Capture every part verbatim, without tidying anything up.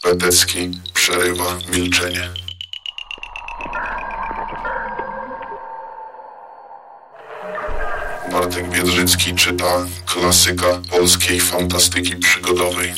Petecki przerywa milczenie. Bartek Biedrzycki czyta klasyka polskiej fantastyki przygodowej.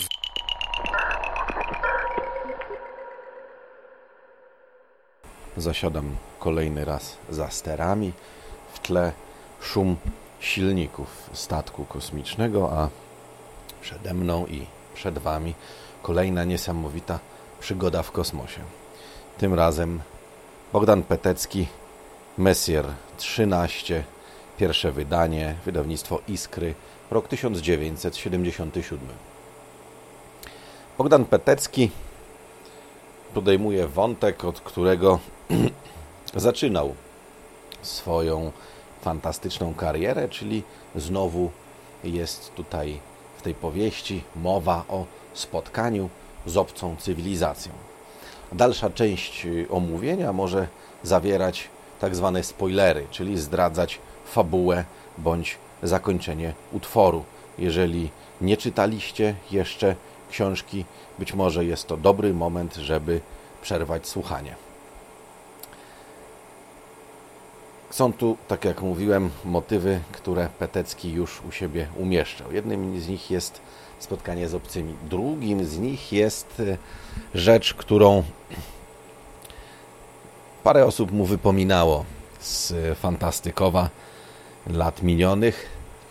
Zasiadam kolejny raz za sterami. W tle szum silników statku kosmicznego, a przede mną i przed Wami kolejna niesamowita przygoda w kosmosie. Tym razem Bogdan Petecki, Messier trzynaście, pierwsze wydanie, wydawnictwo Iskry, rok tysiąc dziewięćset siedemdziesiąty siódmy. Bogdan Petecki podejmuje wątek, od którego zaczynał swoją fantastyczną karierę, czyli znowu jest tutaj w tej powieści mowa o spotkaniu z obcą cywilizacją. Dalsza część omówienia może zawierać tak zwane spoilery, czyli zdradzać fabułę bądź zakończenie utworu. Jeżeli nie czytaliście jeszcze książki, być może jest to dobry moment, żeby przerwać słuchanie. Są tu, tak jak mówiłem, motywy, które Petecki już u siebie umieszczał. Jednym z nich jest spotkanie z obcymi. Drugim z nich jest rzecz, którą parę osób mu wypominało z Fantastykowa lat minionych,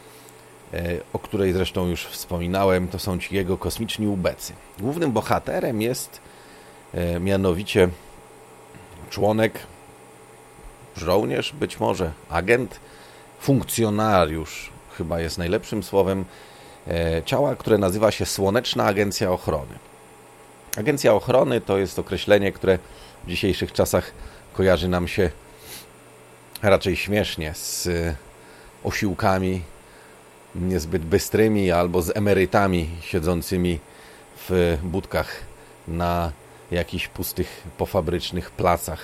o której zresztą już wspominałem. To są ci jego kosmiczni ubecy. Głównym bohaterem jest mianowicie członek, żołnierz, być może agent, funkcjonariusz, chyba jest najlepszym słowem, ciała, które nazywa się Słoneczna Agencja Ochrony. Agencja Ochrony to jest określenie, które w dzisiejszych czasach kojarzy nam się raczej śmiesznie z osiłkami niezbyt bystrymi albo z emerytami siedzącymi w budkach na jakichś pustych pofabrycznych placach.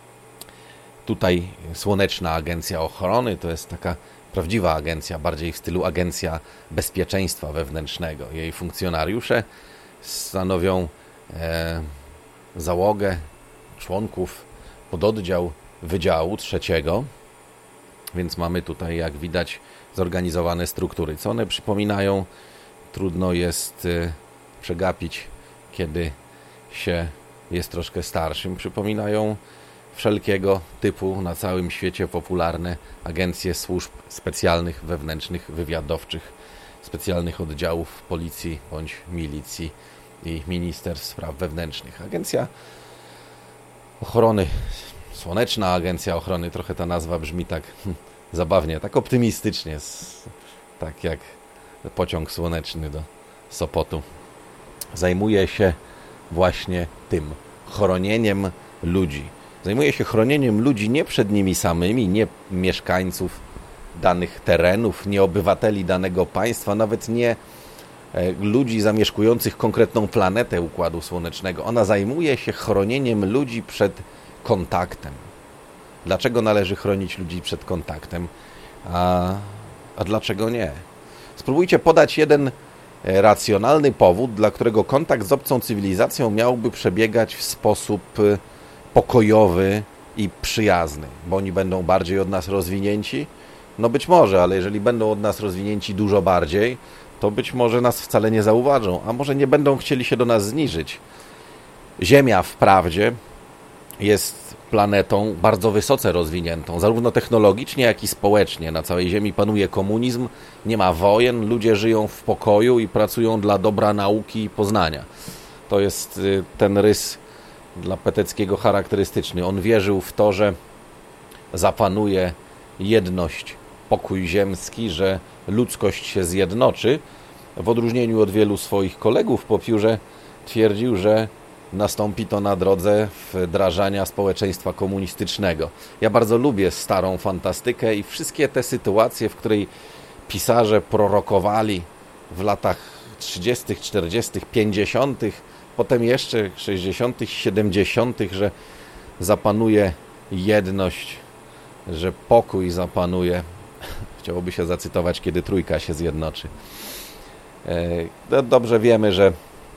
Tutaj Słoneczna Agencja Ochrony to jest taka prawdziwa agencja, bardziej w stylu Agencja Bezpieczeństwa Wewnętrznego. Jej funkcjonariusze stanowią e, załogę członków pododdział Wydziału Trzeciego, więc mamy tutaj, jak widać, zorganizowane struktury. Co one przypominają? Trudno jest e, przegapić, kiedy się jest troszkę starszym. Przypominają wszelkiego typu na całym świecie popularne agencje służb specjalnych, wewnętrznych, wywiadowczych, specjalnych oddziałów policji bądź milicji i Ministerstw Spraw Wewnętrznych. Agencja Ochrony, Słoneczna Agencja Ochrony, trochę ta nazwa brzmi tak hm, zabawnie, tak optymistycznie, tak jak pociąg słoneczny do Sopotu. Zajmuje się właśnie tym, chronieniem ludzi. Zajmuje się chronieniem ludzi nie przed nimi samymi, nie mieszkańców danych terenów, nie obywateli danego państwa, nawet nie ludzi zamieszkujących konkretną planetę Układu Słonecznego. Ona zajmuje się chronieniem ludzi przed kontaktem. Dlaczego należy chronić ludzi przed kontaktem, a, a dlaczego nie? Spróbujcie podać jeden racjonalny powód, dla którego kontakt z obcą cywilizacją miałby przebiegać w sposób pokojowy i przyjazny, bo oni będą bardziej od nas rozwinięci? No być może, ale jeżeli będą od nas rozwinięci dużo bardziej, to być może nas wcale nie zauważą, a może nie będą chcieli się do nas zniżyć. Ziemia wprawdzie jest planetą bardzo wysoce rozwiniętą, zarówno technologicznie, jak i społecznie. Na całej Ziemi panuje komunizm, nie ma wojen, ludzie żyją w pokoju i pracują dla dobra nauki i poznania. To jest ten rys dla Peteckiego charakterystyczny. On wierzył w to, że zapanuje jedność, pokój ziemski, że ludzkość się zjednoczy. W odróżnieniu od wielu swoich kolegów po piórze twierdził, że nastąpi to na drodze wdrażania społeczeństwa komunistycznego. Ja bardzo lubię starą fantastykę i wszystkie te sytuacje, w której pisarze prorokowali w latach trzydziestych, czterdziestych, pięćdziesiątych, potem jeszcze sześćdziesiątych, siedemdziesiątych, że zapanuje jedność, że pokój zapanuje. Chciałoby się zacytować, kiedy trójka się zjednoczy. Dobrze wiemy, że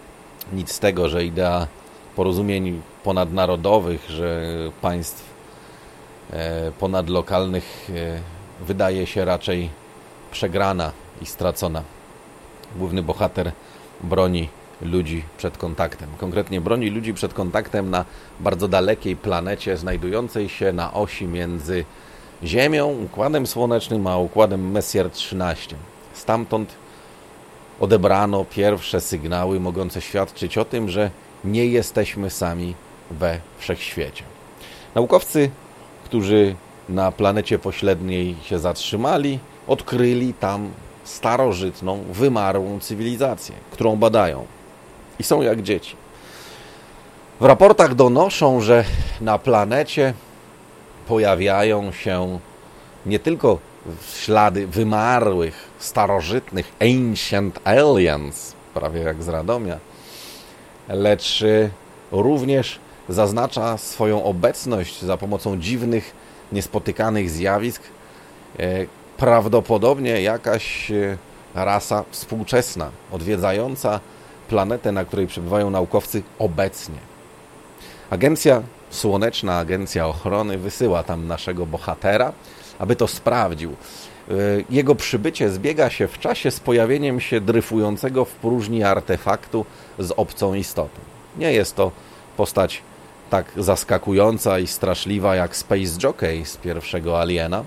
nic z tego, że idea porozumień ponadnarodowych, że państw ponadlokalnych wydaje się raczej przegrana i stracona. Główny bohater broni ludzi przed kontaktem. Konkretnie broni ludzi przed kontaktem na bardzo dalekiej planecie, znajdującej się na osi między Ziemią, Układem Słonecznym, a Układem Messier trzynaście. Stamtąd odebrano pierwsze sygnały mogące świadczyć o tym, że nie jesteśmy sami we wszechświecie. Naukowcy, którzy na planecie pośredniej się zatrzymali, odkryli tam starożytną, wymarłą cywilizację, którą badają. I są jak dzieci. W raportach donoszą, że na planecie pojawiają się nie tylko ślady wymarłych, starożytnych Ancient Aliens, prawie jak z Radomia, lecz również zaznacza swoją obecność za pomocą dziwnych, niespotykanych zjawisk prawdopodobnie jakaś rasa współczesna, odwiedzająca planetę, na której przebywają naukowcy obecnie. Agencja Słoneczna, Agencja Ochrony wysyła tam naszego bohatera, aby to sprawdził. Jego przybycie zbiega się w czasie z pojawieniem się dryfującego w próżni artefaktu z obcą istotą. Nie jest to postać tak zaskakująca i straszliwa jak Space Jockey z pierwszego Aliena,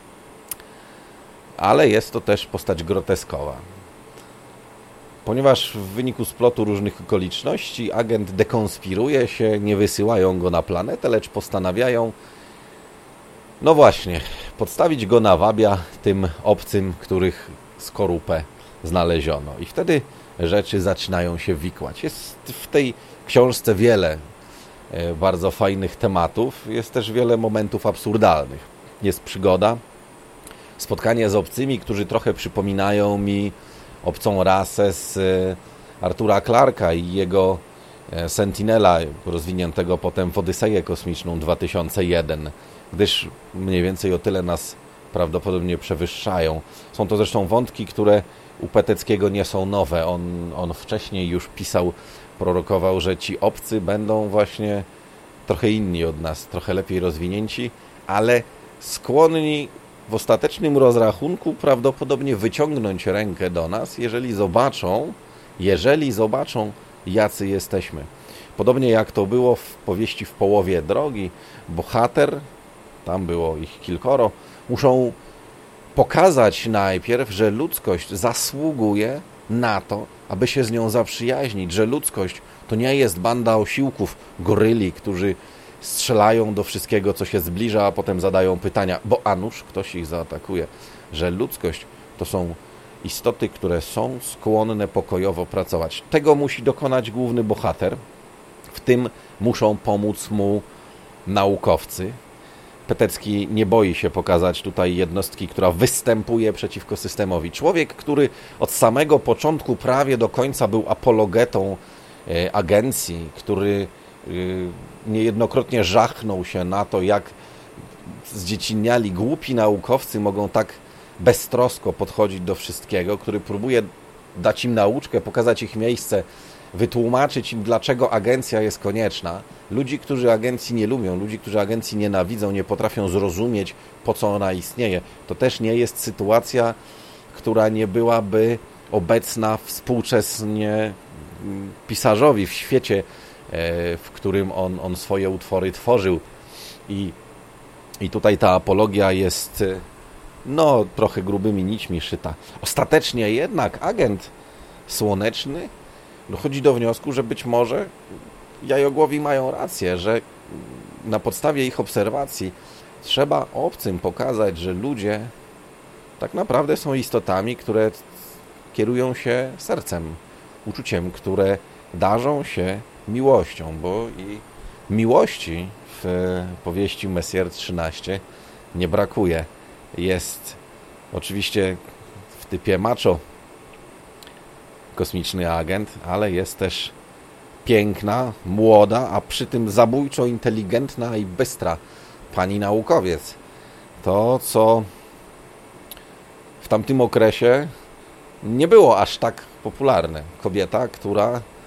ale jest to też postać groteskowa. Ponieważ w wyniku splotu różnych okoliczności agent dekonspiruje się, nie wysyłają go na planetę, lecz postanawiają, no właśnie, podstawić go na wabia tym obcym, których skorupę znaleziono. I wtedy rzeczy zaczynają się wikłać. Jest w tej książce wiele bardzo fajnych tematów, jest też wiele momentów absurdalnych. Jest przygoda, spotkanie z obcymi, którzy trochę przypominają mi obcą rasę z Artura Clarka i jego Sentinela, rozwiniętego potem w Odyseję Kosmiczną dwa tysiące jeden, gdyż mniej więcej o tyle nas prawdopodobnie przewyższają. Są to zresztą wątki, które u Peteckiego nie są nowe. On, on wcześniej już pisał, prorokował, że ci obcy będą właśnie trochę inni od nas, trochę lepiej rozwinięci, ale skłonni w ostatecznym rozrachunku prawdopodobnie wyciągnąć rękę do nas, jeżeli zobaczą, jeżeli zobaczą, jacy jesteśmy. Podobnie jak to było w powieści W połowie drogi, bohater, tam było ich kilkoro, muszą pokazać najpierw, że ludzkość zasługuje na to, aby się z nią zaprzyjaźnić, że ludzkość to nie jest banda osiłków, goryli, którzy strzelają do wszystkiego, co się zbliża, a potem zadają pytania, bo a nuż ktoś ich zaatakuje, że ludzkość to są istoty, które są skłonne pokojowo pracować. Tego musi dokonać główny bohater, w tym muszą pomóc mu naukowcy. Petecki nie boi się pokazać tutaj jednostki, która występuje przeciwko systemowi. Człowiek, który od samego początku prawie do końca był apologetą agencji, który niejednokrotnie żachnął się na to, jak zdzieciniali, głupi naukowcy mogą tak beztrosko podchodzić do wszystkiego, który próbuje dać im nauczkę, pokazać ich miejsce, wytłumaczyć im, dlaczego agencja jest konieczna. Ludzi, którzy agencji nie lubią, ludzi, którzy agencji nienawidzą, nie potrafią zrozumieć, po co ona istnieje. To też nie jest sytuacja, która nie byłaby obecna współczesnie pisarzowi w świecie, w którym on, on swoje utwory tworzył. I, i tutaj ta apologia jest no trochę grubymi nićmi szyta. Ostatecznie jednak agent słoneczny dochodzi do wniosku, że być może jajogłowi mają rację, że na podstawie ich obserwacji trzeba obcym pokazać, że ludzie tak naprawdę są istotami, które kierują się sercem, uczuciem, które darzą się miłością, bo i miłości w powieści Messier trzynaście nie brakuje. Jest oczywiście w typie macho kosmiczny agent, ale jest też piękna, młoda, a przy tym zabójczo inteligentna i bystra pani naukowiec. To, co w tamtym okresie nie było aż tak popularne. Kobieta, która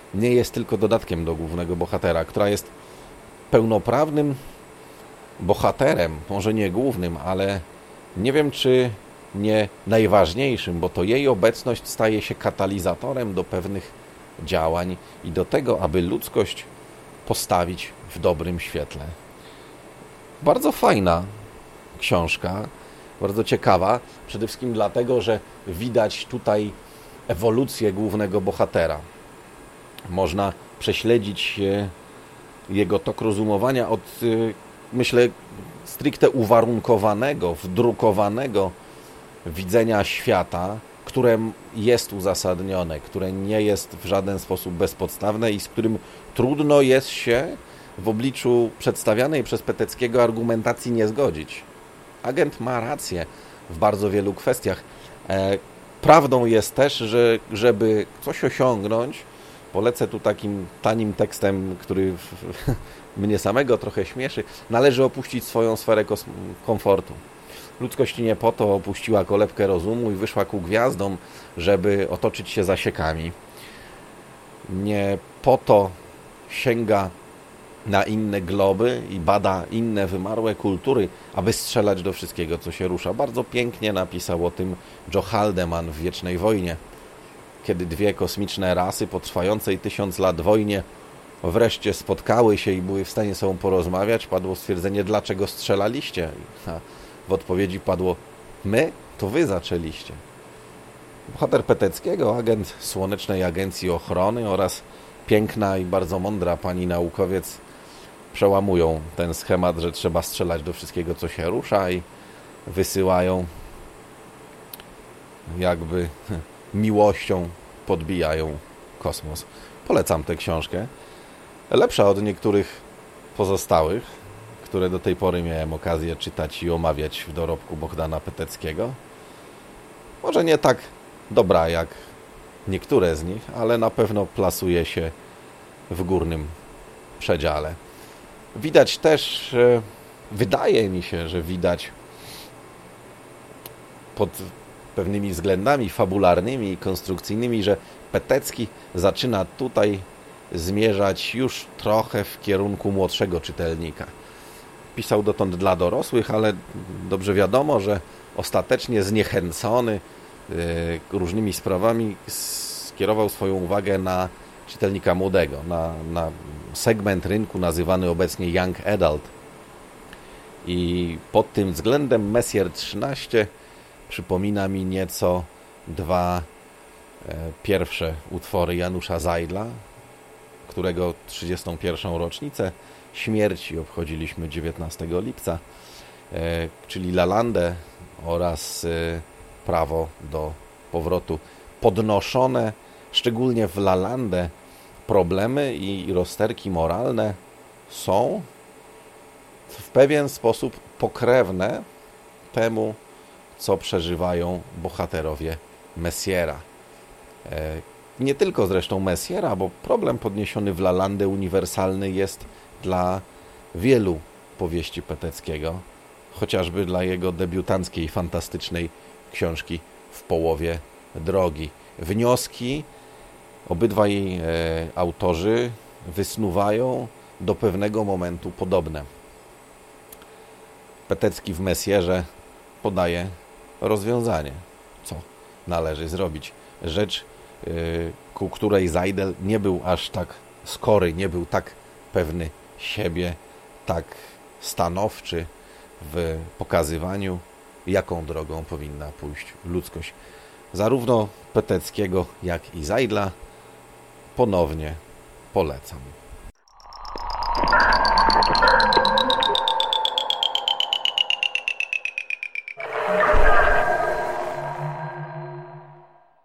nie jest tylko dodatkiem do głównego bohatera, która jest pełnoprawnym bohaterem, może nie głównym, ale nie wiem, czy nie najważniejszym, bo to jej obecność staje się katalizatorem do pewnych działań i do tego, aby ludzkość postawić w dobrym świetle. Bardzo fajna książka, bardzo ciekawa, przede wszystkim dlatego, że widać tutaj ewolucję głównego bohatera. Można prześledzić jego tok rozumowania od, myślę, stricte uwarunkowanego, wdrukowanego widzenia świata, które jest uzasadnione, które nie jest w żaden sposób bezpodstawne i z którym trudno jest się w obliczu przedstawianej przez Peteckiego argumentacji nie zgodzić. Agent ma rację w bardzo wielu kwestiach. Prawdą jest też, że żeby coś osiągnąć, polecę tu takim tanim tekstem, który mnie samego trochę śmieszy, należy opuścić swoją sferę komfortu. Ludzkość nie po to opuściła kolebkę rozumu i wyszła ku gwiazdom, żeby otoczyć się zasiekami. Nie po to sięga na inne globy i bada inne wymarłe kultury, aby strzelać do wszystkiego, co się rusza. Bardzo pięknie napisał o tym Joe Haldeman w Wiecznej Wojnie. Kiedy dwie kosmiczne rasy po trwającej tysiąc lat wojnie wreszcie spotkały się i były w stanie ze sobą porozmawiać, padło stwierdzenie, dlaczego strzelaliście? A w odpowiedzi padło, my? To wy zaczęliście. Bohater Peteckiego, agent Słonecznej Agencji Ochrony oraz piękna i bardzo mądra pani naukowiec przełamują ten schemat, że trzeba strzelać do wszystkiego, co się rusza i wysyłają jakby miłością podbijają kosmos. Polecam tę książkę. Lepsza od niektórych pozostałych, które do tej pory miałem okazję czytać i omawiać w dorobku Bohdana Peteckiego. Może nie tak dobra jak niektóre z nich, ale na pewno plasuje się w górnym przedziale. Widać też, wydaje mi się, że widać pod pewnymi względami fabularnymi i konstrukcyjnymi, że Petecki zaczyna tutaj zmierzać już trochę w kierunku młodszego czytelnika. Pisał dotąd dla dorosłych, ale dobrze wiadomo, że ostatecznie zniechęcony różnymi sprawami skierował swoją uwagę na czytelnika młodego, na, na segment rynku nazywany obecnie Young Adult. I pod tym względem Messier trzynaście przypomina mi nieco dwa e, pierwsze utwory Janusza Zajdla, którego trzydziestą pierwszą rocznicę śmierci obchodziliśmy dziewiętnastego lipca, e, czyli Lalandę oraz e, Prawo do powrotu. Podnoszone szczególnie w Lalandę problemy i rozterki moralne są w pewien sposób pokrewne temu, co przeżywają bohaterowie Messiera. Nie tylko zresztą Messiera, bo problem podniesiony w Lalandę uniwersalny jest dla wielu powieści Peteckiego, chociażby dla jego debiutanckiej, fantastycznej książki W połowie drogi. Wnioski obydwaj autorzy wysnuwają do pewnego momentu podobne. Petecki w Messierze podaje rozwiązanie, co należy zrobić. Rzecz, ku której Zajdel nie był aż tak skory, nie był tak pewny siebie, tak stanowczy w pokazywaniu, jaką drogą powinna pójść ludzkość. Zarówno Peteckiego, jak i Zajdla ponownie polecam.